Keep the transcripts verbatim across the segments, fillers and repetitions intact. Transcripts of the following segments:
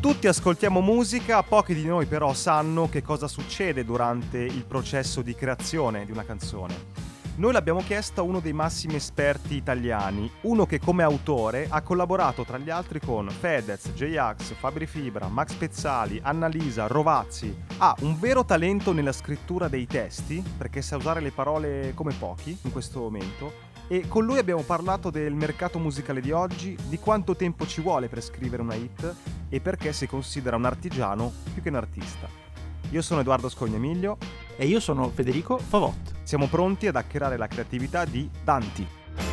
Tutti ascoltiamo musica, pochi di noi però sanno che cosa succede durante il processo di creazione di una canzone. Noi l'abbiamo chiesto a uno dei massimi esperti italiani, uno che come autore ha collaborato tra gli altri con Fedez, J-Ax, Fabri Fibra, Max Pezzali, Annalisa, Rovazzi. Ha un vero talento nella scrittura dei testi, perché sa usare le parole come pochi in questo momento, e con lui abbiamo parlato del mercato musicale di oggi, di quanto tempo ci vuole per scrivere una hit e perché si considera un artigiano più che un artista. Io sono Edoardo Scognamiglio e io sono Federico Favot. Siamo pronti ad hackerare la creatività di tanti.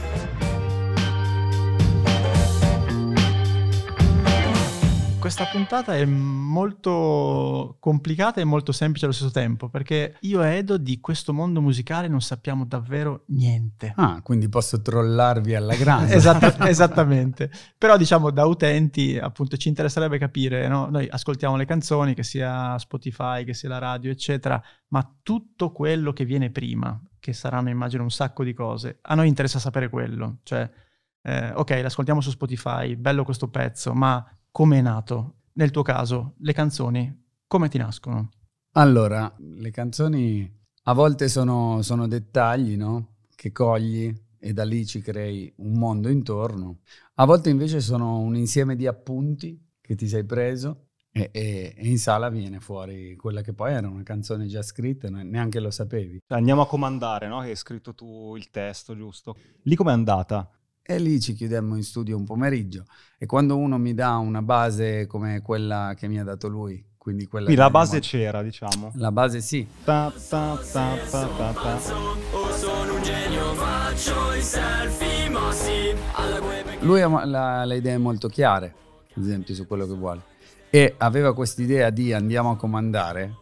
Questa puntata è molto complicata e molto semplice allo stesso tempo, perché io e Edo di questo mondo musicale non sappiamo davvero niente. Ah, quindi posso trollarvi alla grande. Esatt- esattamente. Però diciamo da utenti appunto ci interesserebbe capire, no? Noi ascoltiamo le canzoni, che sia Spotify, che sia la radio, eccetera, ma tutto quello che viene prima, che saranno immagino un sacco di cose, a noi interessa sapere quello. Cioè, eh, ok, l'ascoltiamo su Spotify, bello questo pezzo, ma come è nato? Nel tuo caso, le canzoni, come ti nascono? Allora, le canzoni a volte sono, sono dettagli, no? Che cogli e da lì ci crei un mondo intorno. A volte invece sono un insieme di appunti che ti sei preso e, e, e in sala viene fuori quella che poi era una canzone già scritta e neanche lo sapevi. Andiamo a comandare, no? Che hai scritto tu il testo, giusto? Lì com'è andata? E lì ci chiudemmo in studio un pomeriggio e quando uno mi dà una base come quella che mi ha dato lui, quindi quella Quindi la base abbiamo... c'era, diciamo. La base sì. Ta, ta, ta, ta, ta, ta. Lui ha la, le idee molto chiare, ad esempio, su quello che vuole. E aveva quest'idea di andiamo a comandare.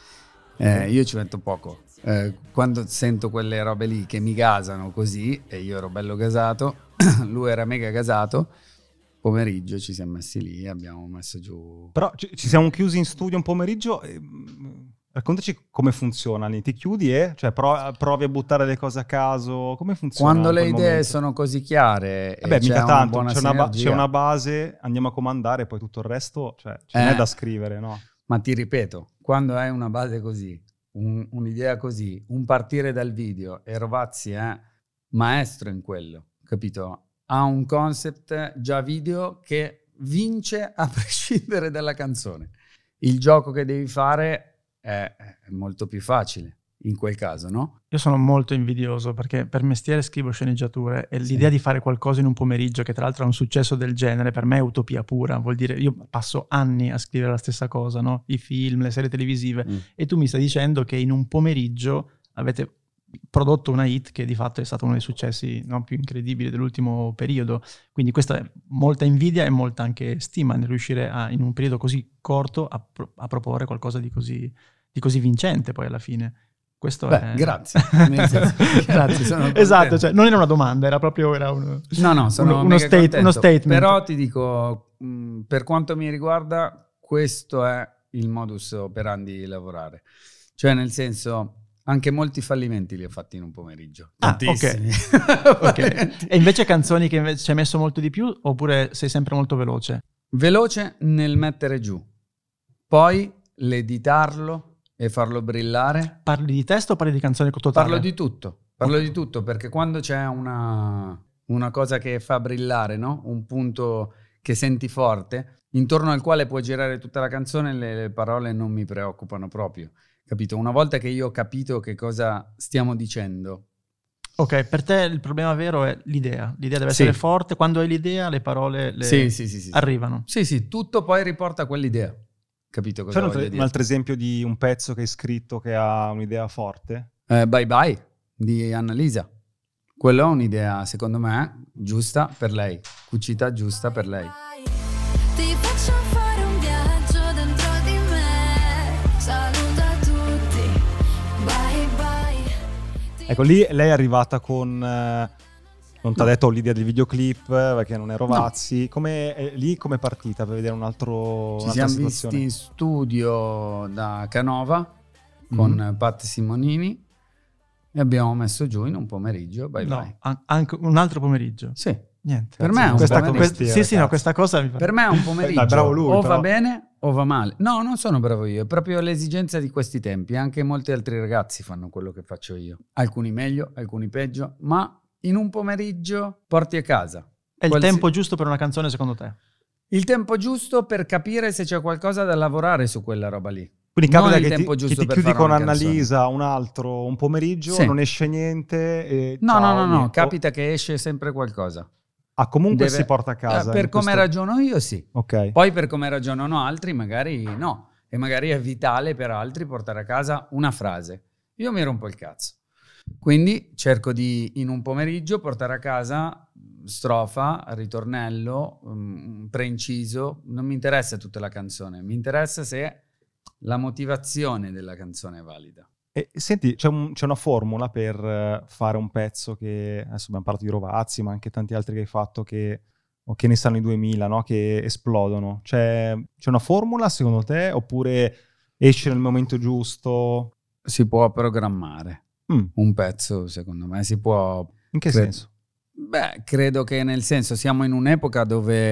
Eh, io ci metto poco. Eh, quando sento quelle robe lì che mi gasano così, e io ero bello gasato, lui era mega gasato, pomeriggio ci siamo messi lì, abbiamo messo giù. Però ci, ci siamo chiusi in studio un pomeriggio. E, raccontaci come funziona. Ti chiudi e cioè provi, provi a buttare le cose a caso. Come funziona? Quando le idee momento? sono così chiare, vabbè, e c'è mica una tanto. buona C'è una, ba- sinergia. c'è una base, andiamo a comandare, poi tutto il resto, cioè, ce Eh, n'è da scrivere, no? Ma ti ripeto, quando hai una base così, un, un'idea così, un partire dal video, e Rovazzi è maestro in quello, capito? Ha un concept già video che vince a prescindere dalla canzone. Il gioco che devi fare è, è molto più facile in quel caso, no? Io sono molto invidioso perché per mestiere scrivo sceneggiature e Sì. l'idea di fare qualcosa in un pomeriggio, che tra l'altro ha un successo del genere, per me è utopia pura. Vuol dire, io passo anni a scrivere la stessa cosa, no? I film, le serie televisive, Mm. e tu mi stai dicendo che in un pomeriggio avete prodotto una hit che di fatto è stato uno dei successi, no, più incredibili dell'ultimo periodo. Quindi questa è molta invidia e molta anche stima nel riuscire a, in un periodo così corto a, pro- a proporre qualcosa di così, di così vincente poi alla fine. Questo Beh, è... grazie. Nel senso, grazie, sono contento. Esatto, cioè non era una domanda, era proprio era un, No, no, sono uno, uno, mega state, contento. uno statement. Però ti dico, mh, per quanto mi riguarda, questo è il modus operandi di lavorare. Cioè, nel senso, anche molti fallimenti li ho fatti in un pomeriggio. Ah, Tantissimi. ok. Okay. E invece canzoni che invece ci hai messo molto di più, oppure sei sempre molto veloce? Veloce nel mettere giù, poi l'editarlo e farlo brillare. Parli di testo o parli di canzoni totale? Parlo di tutto, parlo di tutto, perché quando c'è una, una cosa che fa brillare, no? Un punto che senti forte, intorno al quale puoi girare tutta la canzone, le, le parole non mi preoccupano proprio, capito? Una volta che io ho capito che cosa stiamo dicendo. Ok, per te il problema vero è l'idea. L'idea deve Sì. essere forte, quando hai l'idea le parole le Sì, sì, sì, sì, arrivano. Sì, sì, tutto poi riporta a quell'idea. Capito cosa C'è un voglio altro, dire? un altro esempio di un pezzo che hai scritto che ha un'idea forte? Eh, Bye Bye di Annalisa. Quello è un'idea, secondo me, giusta per lei, cucita giusta per lei. Ti faccio fare un viaggio dentro di me. Saluta tutti. Bye bye. Ecco, lì lei è arrivata con... eh, non ti ha detto l'idea del videoclip, perché non è Rovazzi. Come, eh, lì come è partita per vedere un altro, Ci un'altra siamo situazione? visti in studio da Canova con Mhm. Pat Simonini e abbiamo messo giù in un pomeriggio Bye No, Bye. an- anche un altro pomeriggio. Sì, Niente. Per me è un questa, po' questa, mestiere, sì, sì, no, cazzo. questa cosa mi fa... Per me è un pomeriggio, Dai, bravo lui, o però. va bene o va male. No, non sono bravo io, è proprio l'esigenza di questi tempi. Anche molti altri ragazzi fanno quello che faccio io. Alcuni meglio, alcuni peggio, ma in un pomeriggio porti a casa. È il Qualsi- tempo giusto per una canzone secondo te? Il tempo giusto per capire se c'è qualcosa da lavorare su quella roba lì. Quindi Non capita il che ti, tempo che giusto ti per chiudi fare con una canzone. Annalisa un altro, un pomeriggio, Sì. non esce niente e No, ciao, no, no, no, niente. capita che esce sempre qualcosa. Ah, comunque Deve- si porta a casa. Eh, per in come questo- ragiono io, sì. Ok. Poi per come ragionano altri, magari no. E magari è vitale per altri portare a casa una frase. Io mi rompo il cazzo. Quindi cerco di, in un pomeriggio, portare a casa strofa, ritornello, um, preinciso. Non mi interessa tutta la canzone. Mi interessa se la motivazione della canzone è valida. E, senti, c'è, un- c'è una formula per eh, fare un pezzo che, adesso abbiamo parlato di Rovazzi, ma anche tanti altri che hai fatto che, o che ne stanno i duemila, no? Che esplodono. C'è, c'è una formula secondo te oppure esce nel momento giusto? Si può programmare Mm, un pezzo, secondo me. Si può... in che Cre- senso? Beh, credo che nel senso siamo in un'epoca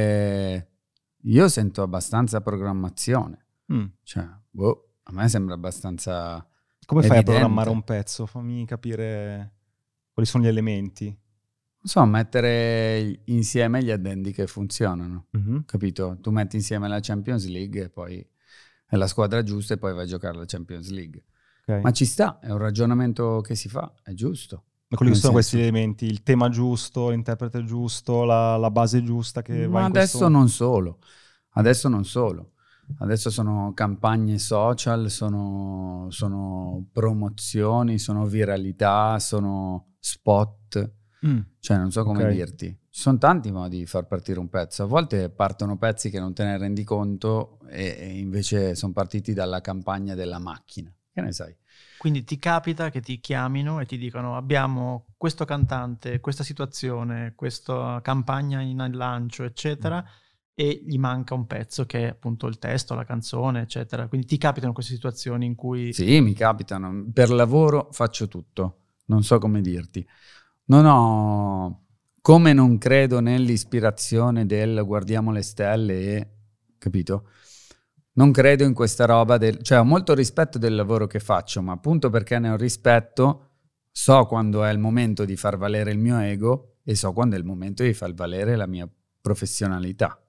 dove io sento abbastanza programmazione. Mm. Cioè, boh, a me sembra abbastanza... Come fai evidente. a programmare un pezzo? Fammi capire quali sono gli elementi. Non so, mettere insieme gli addendi che funzionano, Mhm. capito? Tu metti insieme la Champions League e poi è la squadra giusta e poi vai a giocare la Champions League. Ok. Ma ci sta, è un ragionamento che si fa, è giusto. Ma quelli che nel sono senso- questi elementi? Il tema giusto, l'interprete giusto, la, la base giusta che va Ma in adesso questo... non solo, adesso non solo. Adesso sono campagne social, sono, sono promozioni, sono viralità, sono spot. Mm. Cioè, non so come Ok. dirti. Ci sono tanti modi di far partire un pezzo. A volte partono pezzi che non te ne rendi conto e, e invece sono partiti dalla campagna della macchina. Che ne sai? Quindi ti capita che ti chiamino e ti dicono abbiamo questo cantante, questa situazione, questa campagna in lancio, eccetera, e gli manca un pezzo che è appunto il testo, la canzone, eccetera. Quindi ti capitano queste situazioni in cui... Sì, mi capitano. Per lavoro faccio tutto. Non so come dirti. Non ho... Come non credo nell'ispirazione del guardiamo le stelle e... Capito? Non credo in questa roba del... Cioè, ho molto rispetto del lavoro che faccio, ma appunto perché ne ho rispetto, so quando è il momento di far valere il mio ego e so quando è il momento di far valere la mia professionalità.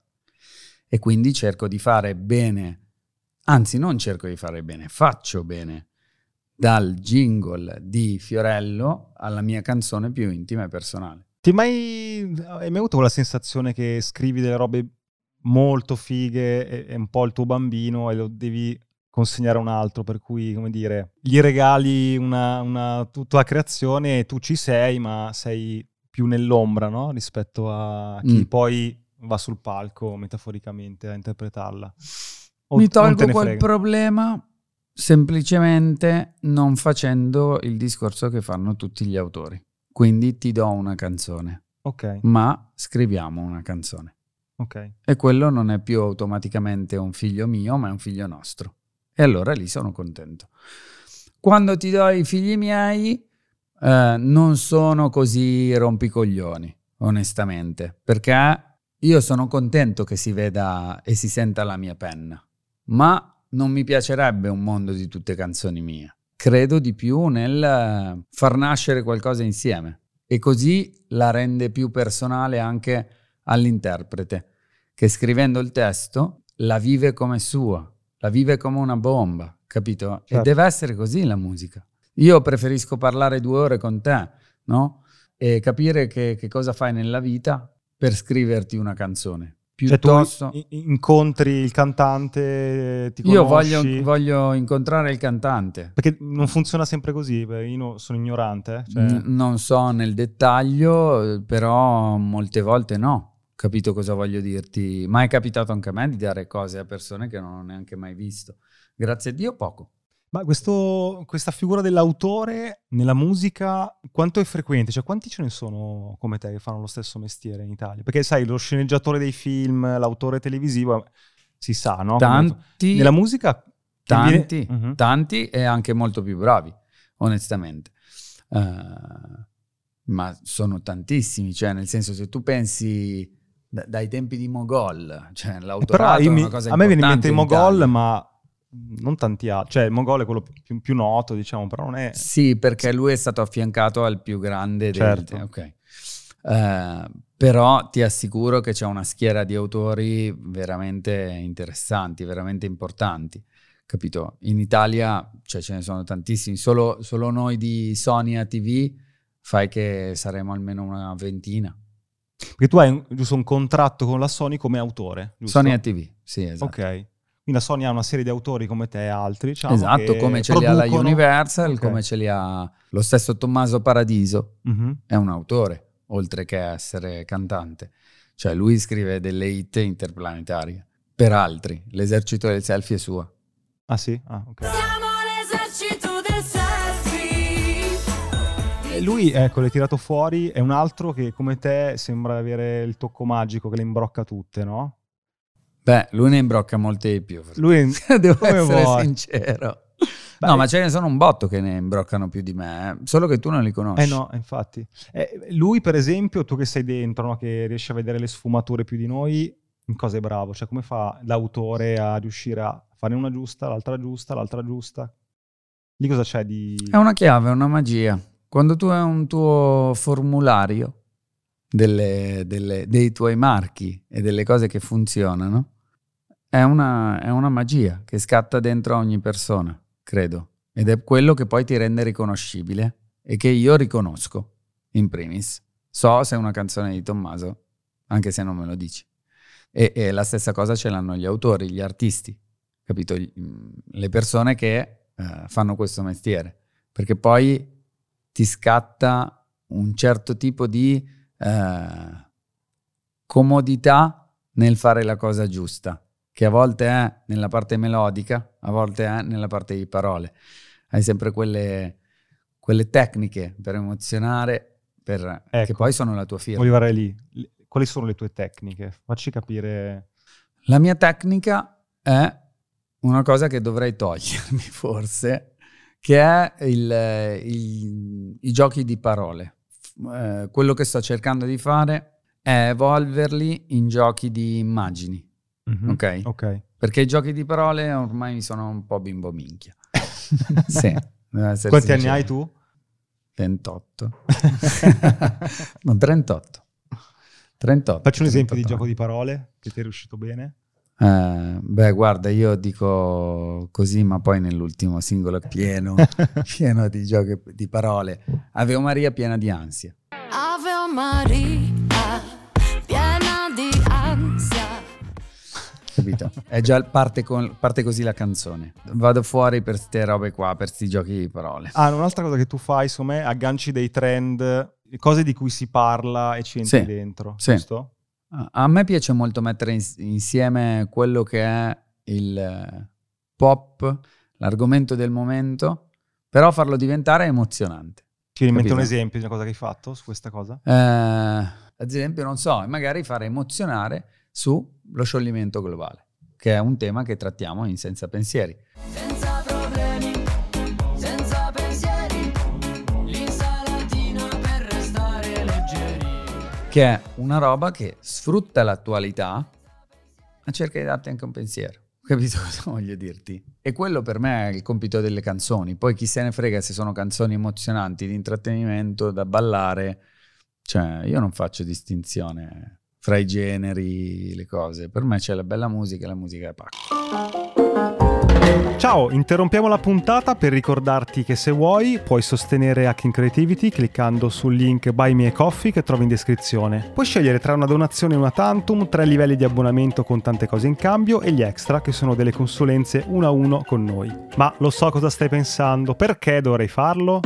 E quindi cerco di fare bene, anzi non cerco di fare bene, faccio bene, dal jingle di Fiorello alla mia canzone più intima e personale. Ti è mai, hai mai avuto quella sensazione che scrivi delle robe molto fighe e è un po' il tuo bambino e lo devi consegnare a un altro, per cui, come dire, gli regali una, una tua creazione e tu ci sei, ma sei più nell'ombra, no? Rispetto a chi Mm. poi va sul palco metaforicamente a interpretarla. O Mi non te tolgo ne quel frega? problema semplicemente non facendo il discorso che fanno tutti gli autori. Quindi ti do una canzone, Ok, ma scriviamo una canzone. ok. E quello non è più automaticamente un figlio mio, ma è un figlio nostro. E allora lì sono contento. Quando ti do i figli miei, eh, non sono così rompicoglioni, onestamente, perché io sono contento che si veda e si senta la mia penna, ma non mi piacerebbe un mondo di tutte canzoni mie. Credo di più nel far nascere qualcosa insieme e così la rende più personale anche all'interprete, che scrivendo il testo la vive come sua, la vive come una bomba, capito? Certo. E deve essere così la musica. Io preferisco parlare due ore con te, no? E capire che, che cosa fai nella vita per scriverti una canzone. Cioè tu Piuttosto... i- incontri il cantante, ti Io conosci? voglio, voglio incontrare il cantante. Perché non funziona sempre così, perché io no- sono ignorante. eh, Cioè... N- non so nel dettaglio, eh, però molte volte no. Capito cosa voglio dirti? Ma è capitato anche a me di dare cose a persone che non ho neanche mai visto. Grazie a Dio poco. Ma questo, questa figura dell'autore nella musica, quanto è frequente? Cioè, quanti ce ne sono come te che fanno lo stesso mestiere in Italia? Perché sai, lo sceneggiatore dei film, l'autore televisivo, si sa, no? Tanti, Nella musica... che tanti, viene- Mhm. tanti e anche molto più bravi, onestamente. Eh, ma sono tantissimi, cioè nel senso, se tu pensi da, dai tempi di Mogol, cioè l'autorato è mi, una cosa a me viene in mente importante Mogol, Italia. ma non tanti altri, cioè Mogol è quello più, più noto, diciamo, però non è... Sì, perché lui è stato affiancato al più grande Certo. del... Ok. Eh, però ti assicuro che c'è una schiera di autori veramente interessanti, veramente importanti, capito? In Italia, cioè, ce ne sono tantissimi, solo, solo noi di Sonia T V fai che saremo almeno una ventina. Perché tu hai un, giusto un contratto con la Sony come autore, giusto? Sonia T V, sì, esatto. Ok. Quindi la Sony ha una serie di autori come te e altri, diciamo, Esatto, che come ce li ha la producono- Universal, Ok. come ce li ha lo stesso Tommaso Paradiso, Mhm. è un autore, oltre che essere cantante. Cioè lui scrive delle hit interplanetarie per altri. L'esercito del selfie è sua. Ah sì? Ah, ok. Siamo l'esercito del selfie. E lui, ecco, l'hai tirato fuori, è un altro che come te sembra avere il tocco magico che le imbrocca tutte, no? Beh, lui ne imbrocca molte di più. Lui Devo come essere vuoi. sincero. Beh, No, ma ce ne sono un botto che ne imbroccano più di me, eh. Solo che tu non li conosci. Eh no, infatti. Eh, lui, per esempio, tu che sei dentro, no? Che riesci a vedere le sfumature più di noi, in cosa è bravo? Cioè, come fa l'autore a riuscire a fare una giusta, l'altra giusta, l'altra giusta? Lì cosa c'è di... È una chiave, è una magia. Quando tu hai un tuo formulario delle- delle- dei tuoi marchi e delle cose che funzionano, è una, è una magia che scatta dentro a ogni persona, credo. Ed è quello che poi ti rende riconoscibile e che io riconosco, in primis. So se è una canzone di Tommaso, anche se non me lo dici. E, e la stessa cosa ce l'hanno gli autori, gli artisti, capito? Gli- Le persone che eh, fanno questo mestiere. Perché poi ti scatta un certo tipo di eh, comodità nel fare la cosa giusta, che a volte è nella parte melodica, a volte è nella parte di parole. Hai sempre quelle, quelle tecniche per emozionare, per, Ecco. che poi sono la tua firma. Voglio arrivare lì. Le- Quali sono le tue tecniche? Facci capire... La mia tecnica è una cosa che dovrei togliermi forse, che è il, il- i giochi di parole. Eh, quello che sto cercando di fare è evolverli in giochi di immagini, Mhm. ok? Ok. Perché i giochi di parole ormai mi sono un po' bimbo minchia. Sì, devo essere Quanti anni sincero. hai tu? ventotto. No, trentotto. trentotto. Facci un esempio di trentotto gioco anni. di parole che ti è riuscito bene. Eh, beh, guarda, io dico così, ma poi nell'ultimo singolo è pieno, pieno di giochi di parole. Ave Maria piena di ansia. Ave Maria, piena di ansia. Capito? È già parte, con, parte così la canzone. Vado fuori per ste robe qua, per sti giochi di parole. Ah, un'altra cosa che tu fai, secondo me, agganci dei trend, cose di cui si parla e ci entri Sì, dentro, sì. giusto? A a me piace molto mettere ins- insieme quello che è il eh, pop, l'argomento del momento, però farlo diventare emozionante. Ci viene in mente un Capito? esempio di una cosa che hai fatto su questa cosa? Eh, ad esempio, non so, magari fare emozionare sullo scioglimento globale, che è un tema che trattiamo in Senza Pensieri. Senza problemi, senza pensieri, l'insalatina per restare leggeri. Che è una roba che sfrutta l'attualità ma cerca di darti anche un pensiero. Capito cosa voglio dirti? E quello per me è il compito delle canzoni. Poi chi se ne frega se sono canzoni emozionanti, di intrattenimento, da ballare. Cioè, io non faccio distinzione fra i generi, le cose. Per me c'è la bella musica e la musica è pacca. Ciao, interrompiamo la puntata per ricordarti che se vuoi puoi sostenere Hacking Creativity cliccando sul link Buy Me a Coffee che trovi in descrizione. Puoi scegliere tra una donazione e una tantum, tre livelli di abbonamento con tante cose in cambio e gli extra che sono delle consulenze uno a uno con noi. Ma lo so cosa stai pensando, perché dovrei farlo?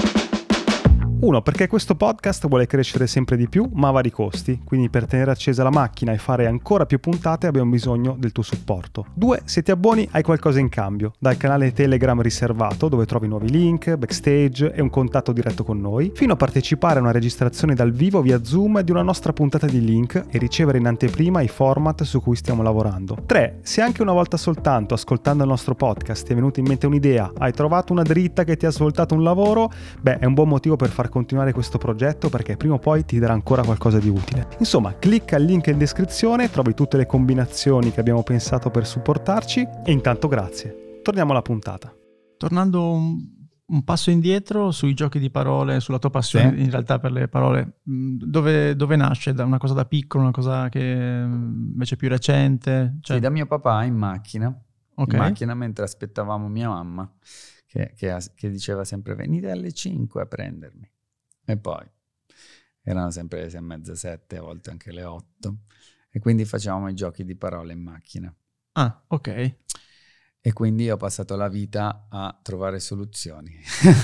Uno, perché questo podcast vuole crescere sempre di più, ma a vari costi, quindi per tenere accesa la macchina e fare ancora più puntate abbiamo bisogno del tuo supporto. Due, se ti abboni hai qualcosa in cambio, dal canale Telegram riservato dove trovi nuovi link, backstage e un contatto diretto con noi, fino a partecipare a una registrazione dal vivo via Zoom di una nostra puntata di link e ricevere in anteprima i format su cui stiamo lavorando. Tre, se anche una volta soltanto ascoltando il nostro podcast ti è venuta in mente un'idea, hai trovato una dritta che ti ha svoltato un lavoro, beh è un buon motivo per far continuare questo progetto, perché prima o poi ti darà ancora qualcosa di utile. Insomma, clicca il link in descrizione, trovi tutte le combinazioni che abbiamo pensato per supportarci e intanto grazie. Torniamo alla puntata. Tornando un, un passo indietro sui giochi di parole, sulla tua passione Sì. in realtà per le parole, dove, dove nasce? Da una cosa da piccolo, una cosa che invece è più recente? Cioè... Sì, da mio papà in macchina, Ok. in macchina mentre aspettavamo mia mamma, che, che, che diceva sempre venite alle cinque a prendermi. E poi erano sempre le sei e mezza, sette, a volte anche le otto. E quindi facevamo i giochi di parole in macchina. Ah, ok. E quindi ho passato la vita a trovare soluzioni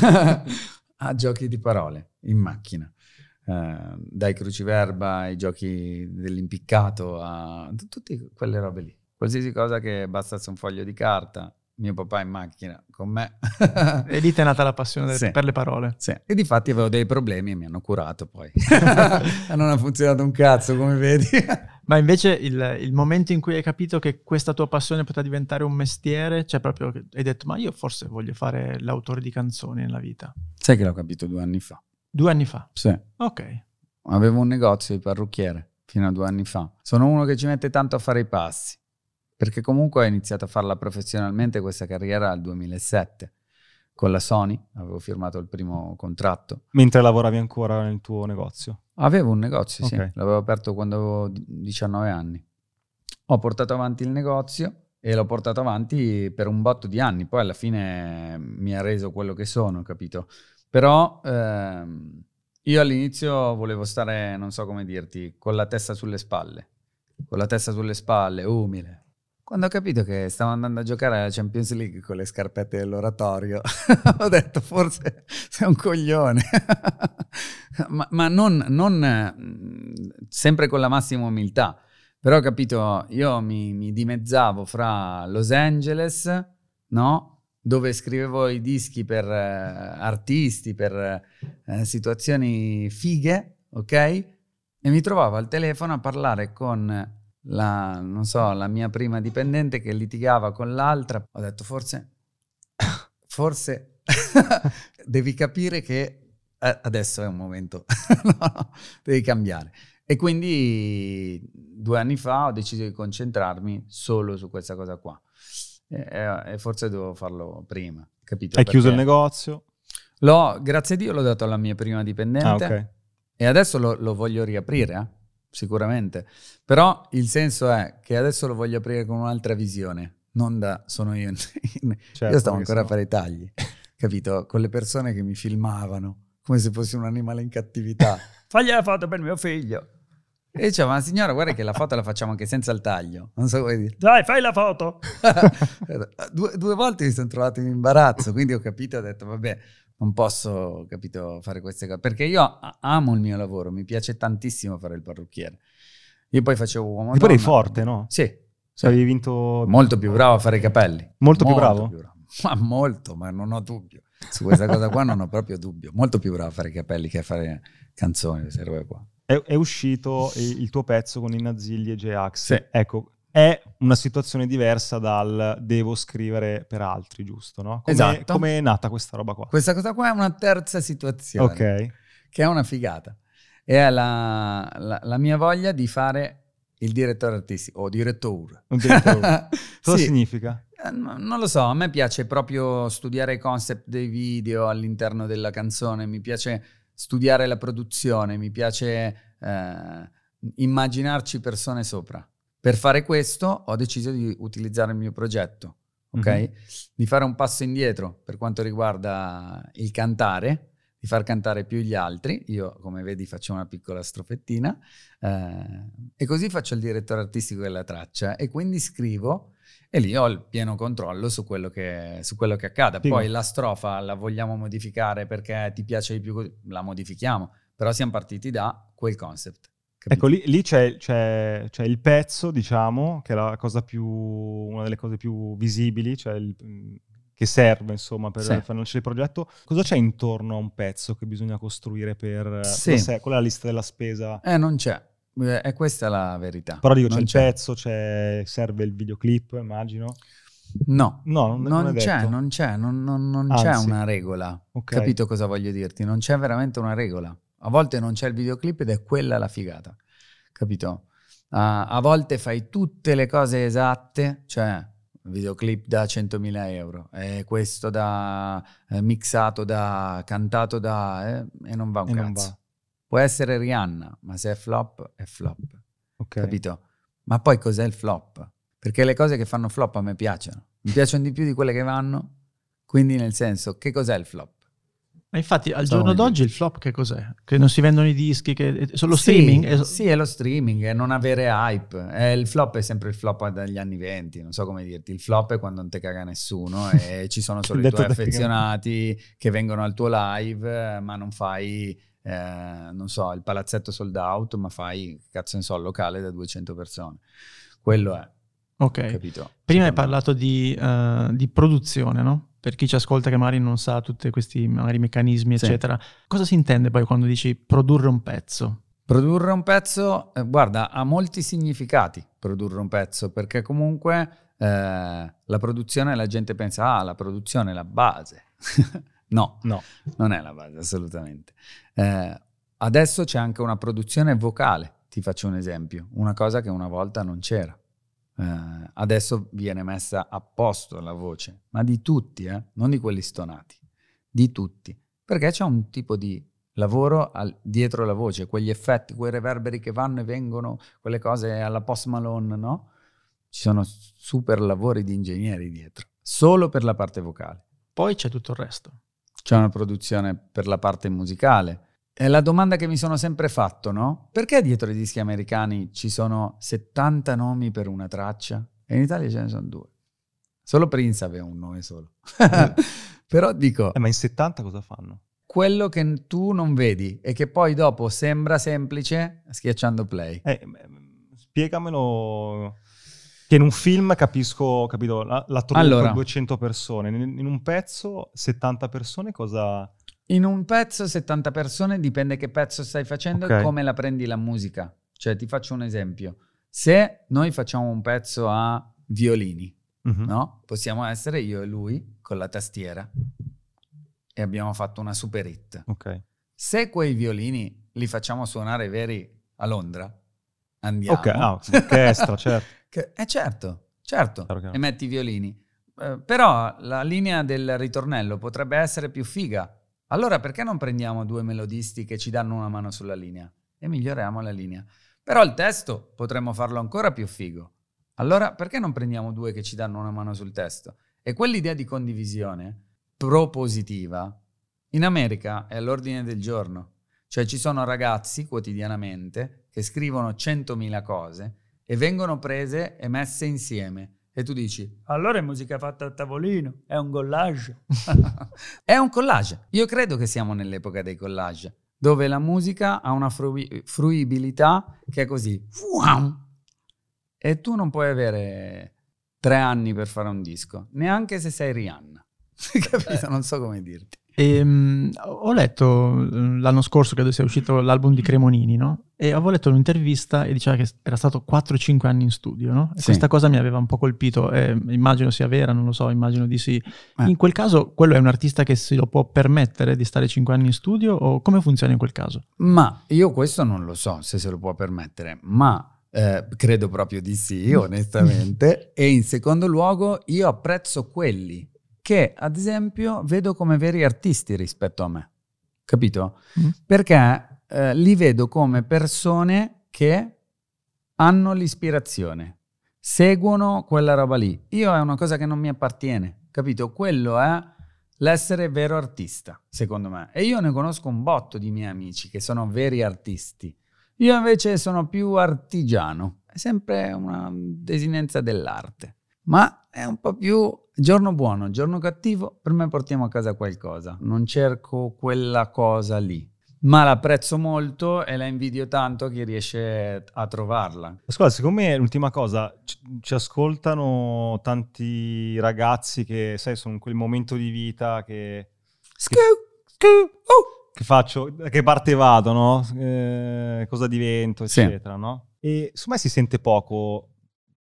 a giochi di parole in macchina. Eh, dai cruciverba ai giochi dell'impiccato a t- tutte quelle robe lì. Qualsiasi cosa che bastasse un foglio di carta, mio papà in macchina con me. E lì ti è nata la passione del- Sì. per le parole. Sì. E difatti avevo dei problemi e mi hanno curato poi. Non ha funzionato un cazzo, come vedi. Ma invece il, il momento in cui hai capito che questa tua passione poteva diventare un mestiere, cioè proprio che hai detto ma io forse voglio fare l'autore di canzoni nella vita. Sai che l'ho capito due anni fa? Due anni fa. Sì. Ok. Avevo un negozio di parrucchiere fino a due anni fa. Sono uno che ci mette tanto a fare i passi, perché comunque ho iniziato a farla professionalmente questa carriera al duemilasette. Con la Sony avevo firmato il primo contratto. Mentre lavoravi ancora nel tuo negozio. Avevo un negozio, sì, Ok. l'avevo aperto quando avevo diciannove anni. Ho portato avanti il negozio e l'ho portato avanti per un botto di anni. Poi alla fine mi ha reso quello che sono, capito? Però ehm, io all'inizio volevo stare, non so come dirti, con la testa sulle spalle. Con la testa sulle spalle, umile. Quando ho capito che stavo andando a giocare alla Champions League con le scarpette dell'oratorio, ho detto forse sei un coglione. ma ma non, non sempre con la massima umiltà. Però ho capito, io mi, mi dimezzavo fra Los Angeles, no? Dove scrivevo i dischi per eh, artisti, per eh, situazioni fighe, ok? E mi trovavo al telefono a parlare con la, non so, la mia prima dipendente che litigava con l'altra. Ho detto forse, forse devi capire che adesso è un momento, no, no, devi cambiare. E quindi due anni fa ho deciso di concentrarmi solo su questa cosa qua. E, e forse dovevo farlo prima, capito? Hai chiuso il Perché negozio? l'ho, grazie a Dio l'ho dato alla mia prima dipendente. Ah, ok. E adesso lo, lo voglio riaprire, eh? Sicuramente. Però il senso è che adesso lo voglio aprire con un'altra visione, non da sono io. Certo, io stavo perché ancora sennò- a fare i tagli, capito? Con le persone che mi filmavano come se fossi un animale in cattività. Fagli la foto per mio figlio. E diceva, ma signora, guarda che la foto la facciamo anche senza il taglio. Non so come dire. Dai, fai la foto. due, due volte mi sono trovato in imbarazzo, quindi ho capito, ho detto, vabbè, non posso, capito, fare queste cose. Perché io a- amo il mio lavoro, mi piace tantissimo fare il parrucchiere. Io poi facevo uomo E poi eri donna. forte, no? Sì, Se avevi vinto... molto più bravo a fare i capelli. Molto più bravo? più bravo. Ma molto, ma non ho dubbio. Su questa cosa qua non ho proprio dubbio. Molto più bravo a fare i capelli che a fare canzoni, queste robe qua. È, è uscito il, il tuo pezzo con Inna Zilli e J-Ax. Sì. Ecco, è una situazione diversa dal devo scrivere per altri, giusto? No? Come, Esatto. come è nata questa roba qua? Questa cosa qua è una terza situazione. Ok. Che è una figata. E è la, la, la mia voglia di fare il direttore artistico, o direttore. Un direttore. Cosa Sì. significa? Eh, no- Non lo so, a me piace proprio studiare i concept dei video all'interno della canzone, mi piace studiare la produzione, mi piace eh, immaginarci persone sopra. Per fare questo ho deciso di utilizzare il mio progetto, ok? Mhm. Di fare un passo indietro per quanto riguarda il cantare, di far cantare più gli altri. Io, come vedi, faccio una piccola strofettina eh, e così faccio il direttore artistico della traccia e quindi scrivo e lì ho il pieno controllo su quello che, su quello che accada. Figo. Poi la strofa la vogliamo modificare perché ti piace di più, così, la modifichiamo, però siamo partiti da quel concept. Capito? Ecco, lì, lì c'è, c'è, c'è il pezzo, diciamo, che è la cosa più, una delle cose più visibili, cioè il, che serve, insomma, per Sì. fare il progetto. Cosa c'è intorno a un pezzo che bisogna costruire per... Sì. Cos'è? Qual è la lista della spesa? Eh, non c'è. Eh, E questa è la verità. Però dico, c'è Non il pezzo, c'è, serve il videoclip, immagino. No, No, non, non, non è c'è, detto. non c'è, non, non- non c'è Anzi. una regola. Ok. Capito cosa voglio dirti? Non c'è veramente una regola. A volte non c'è il videoclip ed è quella la figata. Capito? A, a volte fai tutte le cose esatte, cioè videoclip da centomila euro, e questo da eh, mixato da, cantato da, eh, e non va un E non cazzo. va. Può essere Rihanna, ma se è flop, è flop. Ok. Capito? Ma poi cos'è il flop? Perché le cose che fanno flop a me piacciono. Mi piacciono di più di quelle che vanno. Quindi nel senso, che cos'è il flop? Ma infatti al So giorno come d'oggi il flop che cos'è? Che non si vendono i dischi, che è solo Sì, streaming? È- Sì, è lo streaming, è non avere hype. È il flop è sempre il flop dagli anni venti, non so come dirti. Il flop è quando non te caga nessuno e ci sono solo i Detto tuoi tecnicamente. affezionati che vengono al tuo live, eh, ma non fai, eh, non so, il palazzetto sold out, ma fai, cazzo ne so, il locale da duecento persone. Quello è, Ok. capito? Prima hai Secondo me. parlato di, eh, di produzione, no? Per chi ci ascolta che magari non sa tutti questi magari meccanismi, Sì. eccetera. Cosa si intende poi quando dici produrre un pezzo? Produrre un pezzo, eh, guarda, ha molti significati produrre un pezzo, perché comunque eh, la produzione, la gente pensa, ah, la produzione è la base. No, No. non è la base, assolutamente. Eh, adesso c'è anche una produzione vocale, ti faccio un esempio, una cosa che una volta non c'era. Eh, adesso viene messa a posto la voce, ma di tutti, eh? Non di quelli stonati, di tutti, perché c'è un tipo di lavoro al- dietro la voce, quegli effetti, quei reverberi che vanno e vengono, quelle cose alla Post Malone, no? Ci sono super lavori di ingegneri dietro, solo per la parte vocale. Poi c'è tutto il resto. C'è una produzione per la parte musicale. È la domanda che mi sono sempre fatto, no? Perché dietro i dischi americani ci sono settanta nomi per una traccia e in Italia ce ne sono due? Solo Prince aveva un nome solo. Però dico, Eh, ma in settanta cosa fanno? quello che tu non vedi e che poi dopo sembra semplice schiacciando play. Eh, spiegamelo. Che in un film capisco, capito, la, la trovo Allora. per duecento persone. In, in un pezzo, settanta persone cosa... In un pezzo settanta persone, dipende che pezzo stai facendo Ok. e come la prendi la musica. Cioè ti faccio un esempio. Se noi facciamo un pezzo a violini, Mhm. no? Possiamo essere io e lui con la tastiera e abbiamo fatto una super hit. Ok. Se quei violini li facciamo suonare veri a Londra, andiamo. Ok, ah, orchestra, certo. Che, eh certo, certo, Chiaro, chiaro. e metti i violini. Eh, però la linea del ritornello potrebbe essere più figa. Allora perché non prendiamo due melodisti che ci danno una mano sulla linea e miglioriamo la linea? Però il testo potremmo farlo ancora più figo. Allora perché non prendiamo due che ci danno una mano sul testo? E quell'idea di condivisione propositiva in America è all'ordine del giorno. Cioè ci sono ragazzi quotidianamente che scrivono centomila cose e vengono prese e messe insieme. E tu dici, allora è musica fatta a tavolino, è un collage. È un collage. Io credo che siamo nell'epoca dei collage, dove la musica ha una frui- fruibilità che è così. E tu non puoi avere tre anni per fare un disco, neanche se sei Rihanna. Capito? Non so come dirti. E, mh, ho letto eh, l'anno scorso, credo sia uscito l'album di Cremonini, no? E avevo letto un'intervista e diceva che era stato quattro cinque anni in studio, no? E Sì. questa cosa mi aveva un po' colpito, e immagino sia vera, non lo so, immagino di sì. Eh. In quel caso, quello è un artista che si lo può permettere di stare cinque anni in studio, o come funziona in quel caso? Ma io questo non lo so se se lo può permettere, ma eh, credo proprio di sì, onestamente. E in secondo luogo io apprezzo quelli che, ad esempio, vedo come veri artisti rispetto a me. Capito? Mm. Perché eh, li vedo come persone che hanno l'ispirazione, seguono quella roba lì. Io è una cosa che non mi appartiene, capito? Quello è l'essere vero artista, secondo me. E io ne conosco un botto di miei amici che sono veri artisti. Io invece sono più artigiano. È sempre una desinenza dell'arte. Ma è un po' più giorno buono, giorno cattivo, per me portiamo a casa qualcosa. Non cerco quella cosa lì. Ma l'apprezzo molto e la invidio tanto a chi riesce a trovarla. Ascolta, secondo me l'ultima cosa, ci, ci ascoltano tanti ragazzi che, sai, sono in quel momento di vita che... Scu, scu, oh. che faccio, che parte vado, no? Eh, cosa divento, Sì. eccetera, no? E su me si sente poco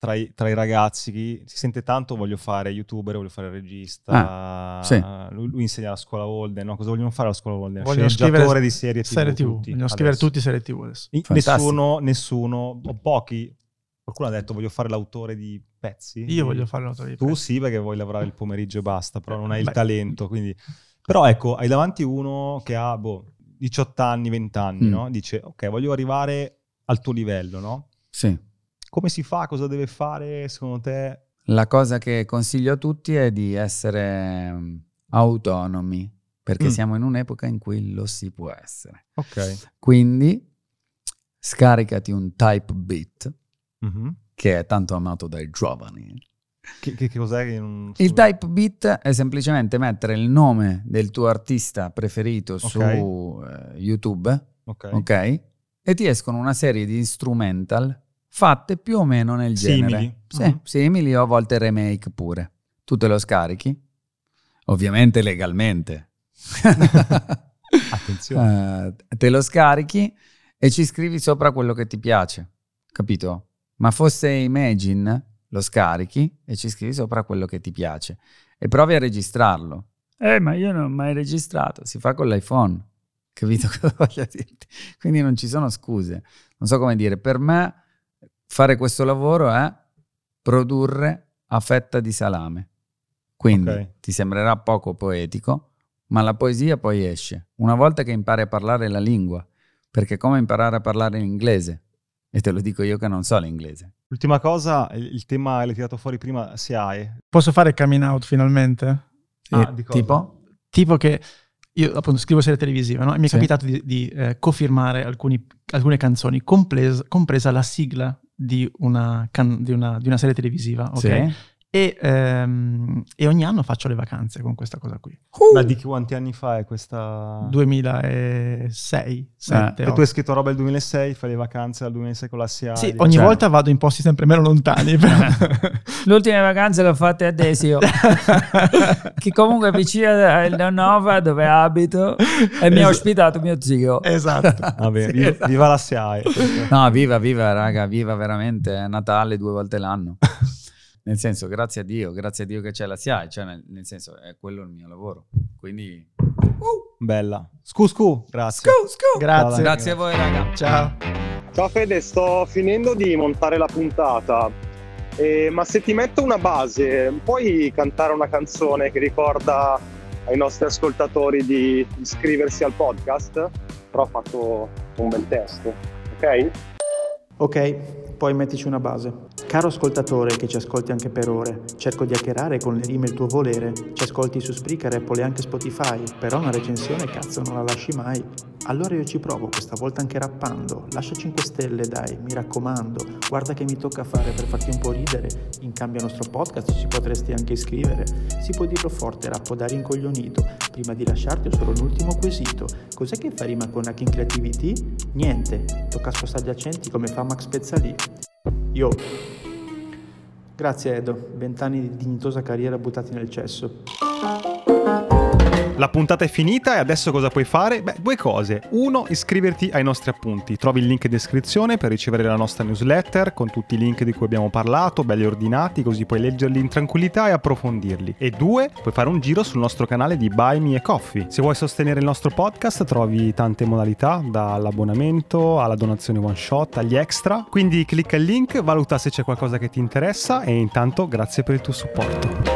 tra i, tra i ragazzi chi si sente tanto voglio fare youtuber, voglio fare regista, ah, sì. lui, lui insegna alla scuola Holden, no? Cosa vogliono fare alla scuola Holden? Vogliono Sceneggiatore di serie tivù, serie tivù. tutti, Vogliono scrivere adesso. tutti serie tivù adesso. Nessuno, nessuno, o pochi, qualcuno ha detto voglio fare l'autore di pezzi. Io voglio fare l'autore di tu pezzi. sì, perché vuoi lavorare il pomeriggio e basta, però non hai Beh. il talento, quindi... Però ecco, hai davanti uno che ha boh, diciotto anni, venti anni, Mm. no? Dice, ok, voglio arrivare al tuo livello, no? Sì. Come si fa? Cosa deve fare, secondo te? La cosa che consiglio a tutti è di essere um, autonomi, perché Mm. siamo in un'epoca in cui lo si può essere. Ok. Quindi scaricati un Typebeat, Mhm. che è tanto amato dai giovani. Che, che, che cos'è che non so? Il Typebeat è semplicemente mettere il nome del tuo artista preferito su eh, YouTube, Ok. ok? E ti escono una serie di instrumental fatte più o meno nel Simili. genere. Sì, Mhm. simili o a volte remake pure. Tu te lo scarichi, ovviamente legalmente. Attenzione. Eh, te lo scarichi e ci scrivi sopra quello che ti piace, capito? Ma fosse Imagine, lo scarichi e ci scrivi sopra quello che ti piace e provi a registrarlo. Eh, ma io non ho mai registrato. Si fa con l'iPhone, capito cosa voglio dirti? Quindi non ci sono scuse. Non so come dire, per me fare questo lavoro è produrre a fetta di salame. Quindi Ok. ti sembrerà poco poetico, ma la poesia poi esce una volta che impari a parlare la lingua, perché è come imparare a parlare l'inglese, e te lo dico io che non so l'inglese. Ultima cosa, il, il tema che l'hai tirato fuori prima, S I A E. Posso fare coming out finalmente? Ah, E di cosa? tipo? Tipo che io appunto scrivo serie televisive, no? E mi è Sì. capitato di, di eh, cofirmare alcuni, alcune canzoni, compresa, compresa la sigla di una, can- di una, di una serie televisiva, ok? Sì. E, ehm, e ogni anno faccio le vacanze con questa cosa qui. Ma di quanti anni fa è questa? duemilasei, sette, E tu hai scritto roba del duemilasei, fai le vacanze dal duemilasei con la S I A E. Sì, dico, ogni cioè, volta vado in posti sempre meno lontani. però. Le ultime vacanze le ho fatte a Desio, che comunque è vicino a Nova dove abito, e mi ha Es- ospitato mio zio. Esatto. Vabbè, Sì, viva, esatto. viva la S I A E. No, viva, viva, raga, viva veramente. È Natale due volte l'anno. Nel senso, grazie a Dio, grazie a Dio che c'è la S I A E, cioè nel, nel senso, è quello il mio lavoro. Quindi, Bella. Scu, scu, grazie. scu, scu. Grazie. Grazie a voi, raga. Ciao. Ciao Fede, sto finendo di montare la puntata, eh, ma se ti metto una base, puoi cantare una canzone che ricorda ai nostri ascoltatori di iscriversi al podcast? Però ho fatto un bel testo, ok? Ok, poi mettici una base. Caro ascoltatore che ci ascolti anche per ore, cerco di hackerare con le rime il tuo volere. Ci ascolti su Spreaker, Apple e anche Spotify, però una recensione cazzo non la lasci mai. Allora io ci provo, questa volta anche rappando. Lascia cinque stelle dai, mi raccomando. Guarda che mi tocca fare per farti un po' ridere. In cambio al nostro podcast ci potresti anche iscrivere. Si può dirlo forte, rappo da rincoglionito. Prima di lasciarti ho solo un ultimo quesito. Cos'è che fa rima con Hacking Creativity? Niente, tocca spostare gli accenti come fa Max Pezzali. Io. Grazie Edo, vent'anni di dignitosa carriera buttati nel cesso. La puntata è finita e adesso cosa puoi fare? Beh, due cose. Uno, iscriverti ai nostri appunti. Trovi il link in descrizione per ricevere la nostra newsletter con tutti i link di cui abbiamo parlato, belli ordinati, così puoi leggerli in tranquillità e approfondirli. E due, puoi fare un giro sul nostro canale di Buy Me a Coffee. Se vuoi sostenere il nostro podcast trovi tante modalità, dall'abbonamento alla donazione one shot, agli extra. Quindi clicca il link, valuta se c'è qualcosa che ti interessa e intanto grazie per il tuo supporto.